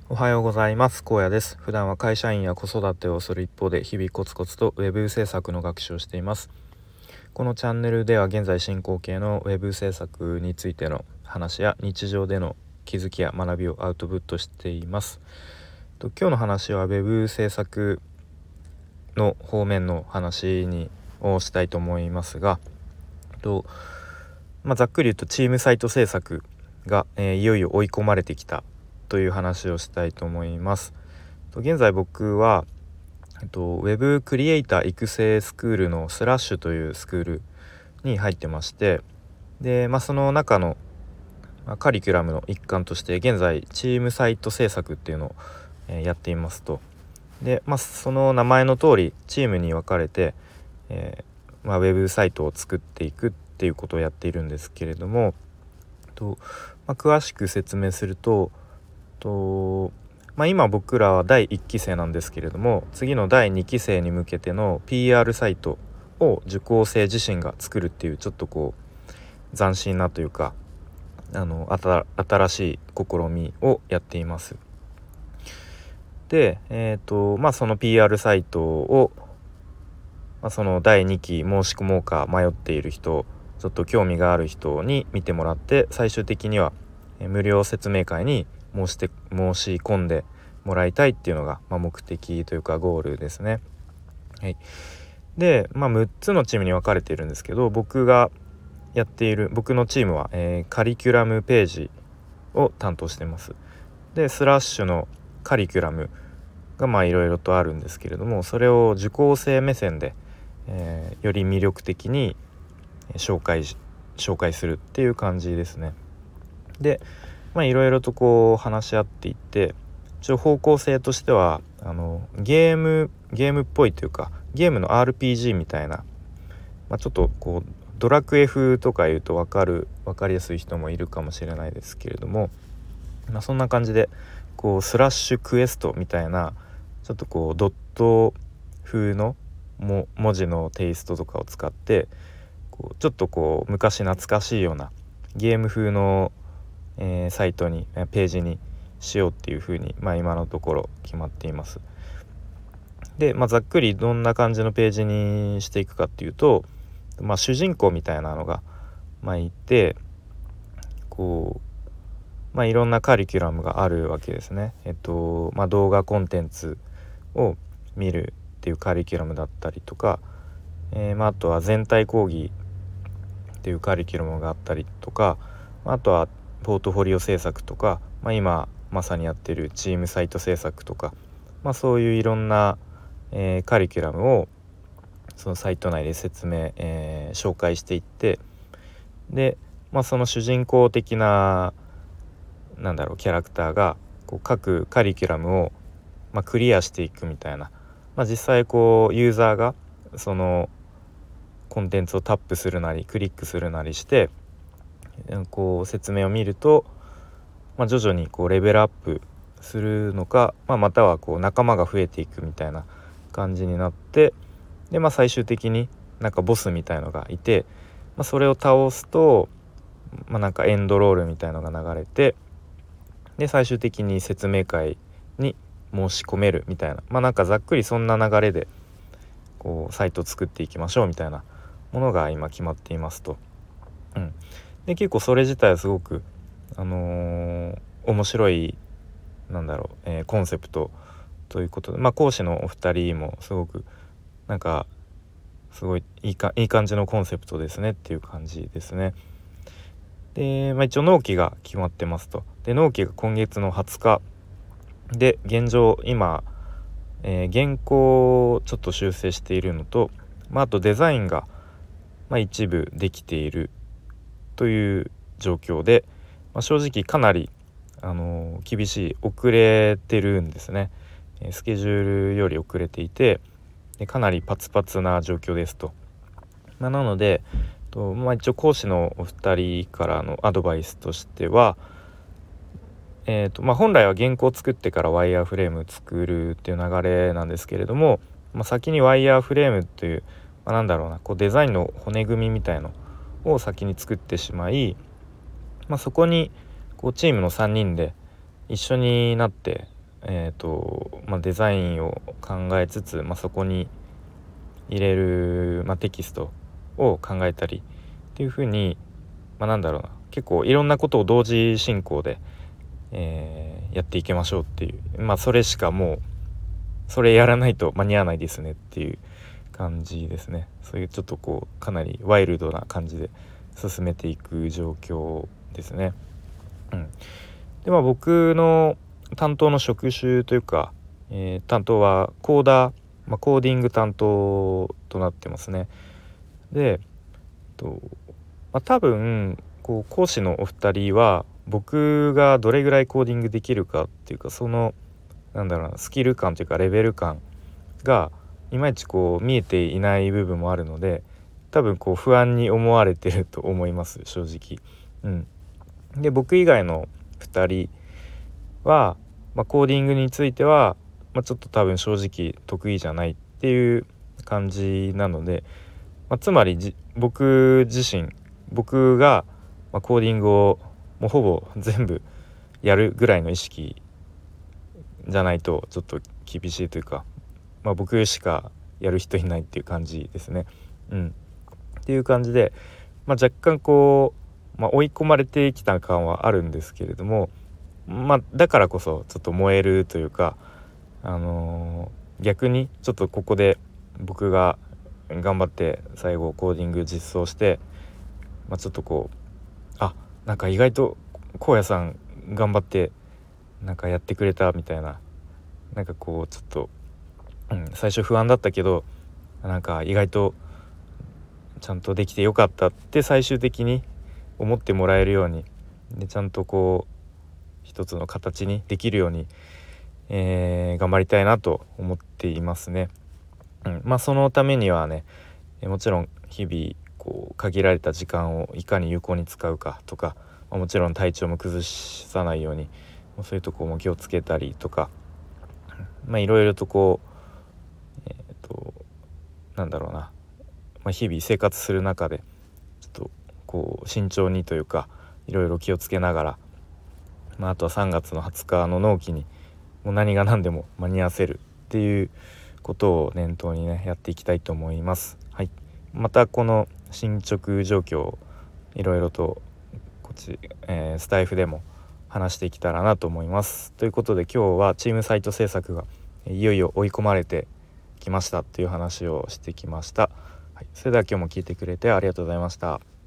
おはようございます。荒野です。普段は会社員や子育てをする一方で日々コツコツとウェブ制作の学習をしています。このチャンネルでは現在進行形のウェブ制作についての話や日常での気づきや学びをアウトプットしています。今日の話はウェブ制作の方面の話をしたいと思いますが、ざっくり言うとチームサイト制作が、いよいよ追い込まれてきたという話をしたいと思います。現在僕は、ウェブクリエイター育成スクールのスラッシュというスクールに入ってまして、で、その中の、カリキュラムの一環として現在チームサイト制作っていうのを、やっていますと。で、その名前の通りチームに分かれて、ウェブサイトを作っていくっていうことをやっているんですけれども、詳しく説明すると、今僕らは第1期生なんですけれども、次の第2期生に向けての PR サイトを受講生自身が作るっていう、ちょっと斬新なというか新しい試みをやっています。で、その PR サイトを、その第2期申し込もうか迷っている人、ちょっと興味がある人に見てもらって、最終的には無料説明会に申し込んでもらいたいっていうのが、目的というかゴールですね。はい。で、6つのチームに分かれているんですけど、僕のチームは、カリキュラムページを担当しています。で、スラッシュのカリキュラムがいろいろとあるんですけれども、それを受講生目線で、より魅力的に紹介するっていう感じですね。で、いろいろと話し合っていって、方向性としてはゲームっぽいというか、ゲームの RPG みたいな、ちょっとドラクエ風とか言うと分かりやすい人もいるかもしれないですけれども、そんな感じでスラッシュクエストみたいな、ちょっとドット風の文字のテイストとかを使って、ちょっと昔懐かしいようなゲーム風の、サイトにページにしようっていう風に、今のところ決まっています。で、ざっくりどんな感じのページにしていくかっていうと、主人公みたいなのがいて、いろんなカリキュラムがあるわけですね。動画コンテンツを見るっていうカリキュラムだったりとか、あとは全体講義っていうカリキュラムがあったりとか、あとはポートフォリオ制作とか、今まさにやってるチームサイト制作とか、そういういろんな、カリキュラムをそのサイト内で説明、紹介していって、で、その主人公的なキャラクターが各カリキュラムを、クリアしていくみたいな、実際ユーザーがそのコンテンツをタップするなりクリックするなりして説明を見ると、徐々にレベルアップするのか、または仲間が増えていくみたいな感じになって、で、最終的にボスみたいのがいて、それを倒すと、エンドロールみたいのが流れて、で最終的に説明会に申し込めるみたいな、ざっくりそんな流れでサイトを作っていきましょうみたいなものが今決まっていますと。で、結構それ自体はすごく面白いコンセプトということで、講師のお二人もすごくすごいいい感じのコンセプトですねっていう感じですね。で、一応納期が決まってますと。で、納期が今月の20日で、現状今、原稿をちょっと修正しているのと、あとデザインが、一部できているという状況で、正直かなり、厳しい、遅れてるんですね。スケジュールより遅れていて、でかなりパツパツな状況ですと。なので一応講師のお二人からのアドバイスとしては、本来は原稿を作ってからワイヤーフレーム作るっていう流れなんですけれども、先にワイヤーフレームという、デザインの骨組みみたいのを先に作ってしまい、そこにチームの3人で一緒になってデザインを考えつつ、そこに入れる、テキストを考えたりっていう風に、なんだろうな、結構いろんなことを同時進行で、やっていきましょうっていう、それしかもうそれやらないと間に合わないですねっていう感じですね。そういうちょっとかなりワイルドな感じで進めていく状況ですね。で僕の担当の職種というか、担当はコーダー、コーディング担当となってますね。で、多分講師のお二人は僕がどれぐらいコーディングできるかっていうか、そのスキル感というかレベル感がいまいち見えていない部分もあるので、多分不安に思われてると思います、正直。で僕以外の2人は、コーディングについては、ちょっと多分正直得意じゃないっていう感じなので、つまり僕が、コーディングをもうほぼ全部やるぐらいの意識じゃないとちょっと厳しいというか、僕しかやる人いないっていう感じですね。っていう感じで、若干追い込まれてきた感はあるんですけれども、だからこそちょっと燃えるというか、逆にちょっとここで僕が頑張って最後コーディング実装して、ちょっとなんか意外と荒野さん頑張ってやってくれたみたいな、ちょっと、最初不安だったけど意外とちゃんとできてよかったって最終的に思ってもらえるように、でちゃんと一つの形にできるように、頑張りたいなと思っていますね。そのためにはね、もちろん日々限られた時間をいかに有効に使うかとか、もちろん体調も崩さないようにそういうとこも気をつけたりとか、いろいろと日々生活する中でちょっと慎重にというかいろいろ気をつけながら、あとは3月の20日の納期にもう何が何でも間に合わせるっていうことを念頭にねやっていきたいと思います。またこの進捗状況をいろいろとスタイフでも話していけたらなと思います。ということで今日はチームサイト制作がいよいよ追い込まれてきましたっていう話をしてきました。それでは今日も聞いてくれてありがとうございました。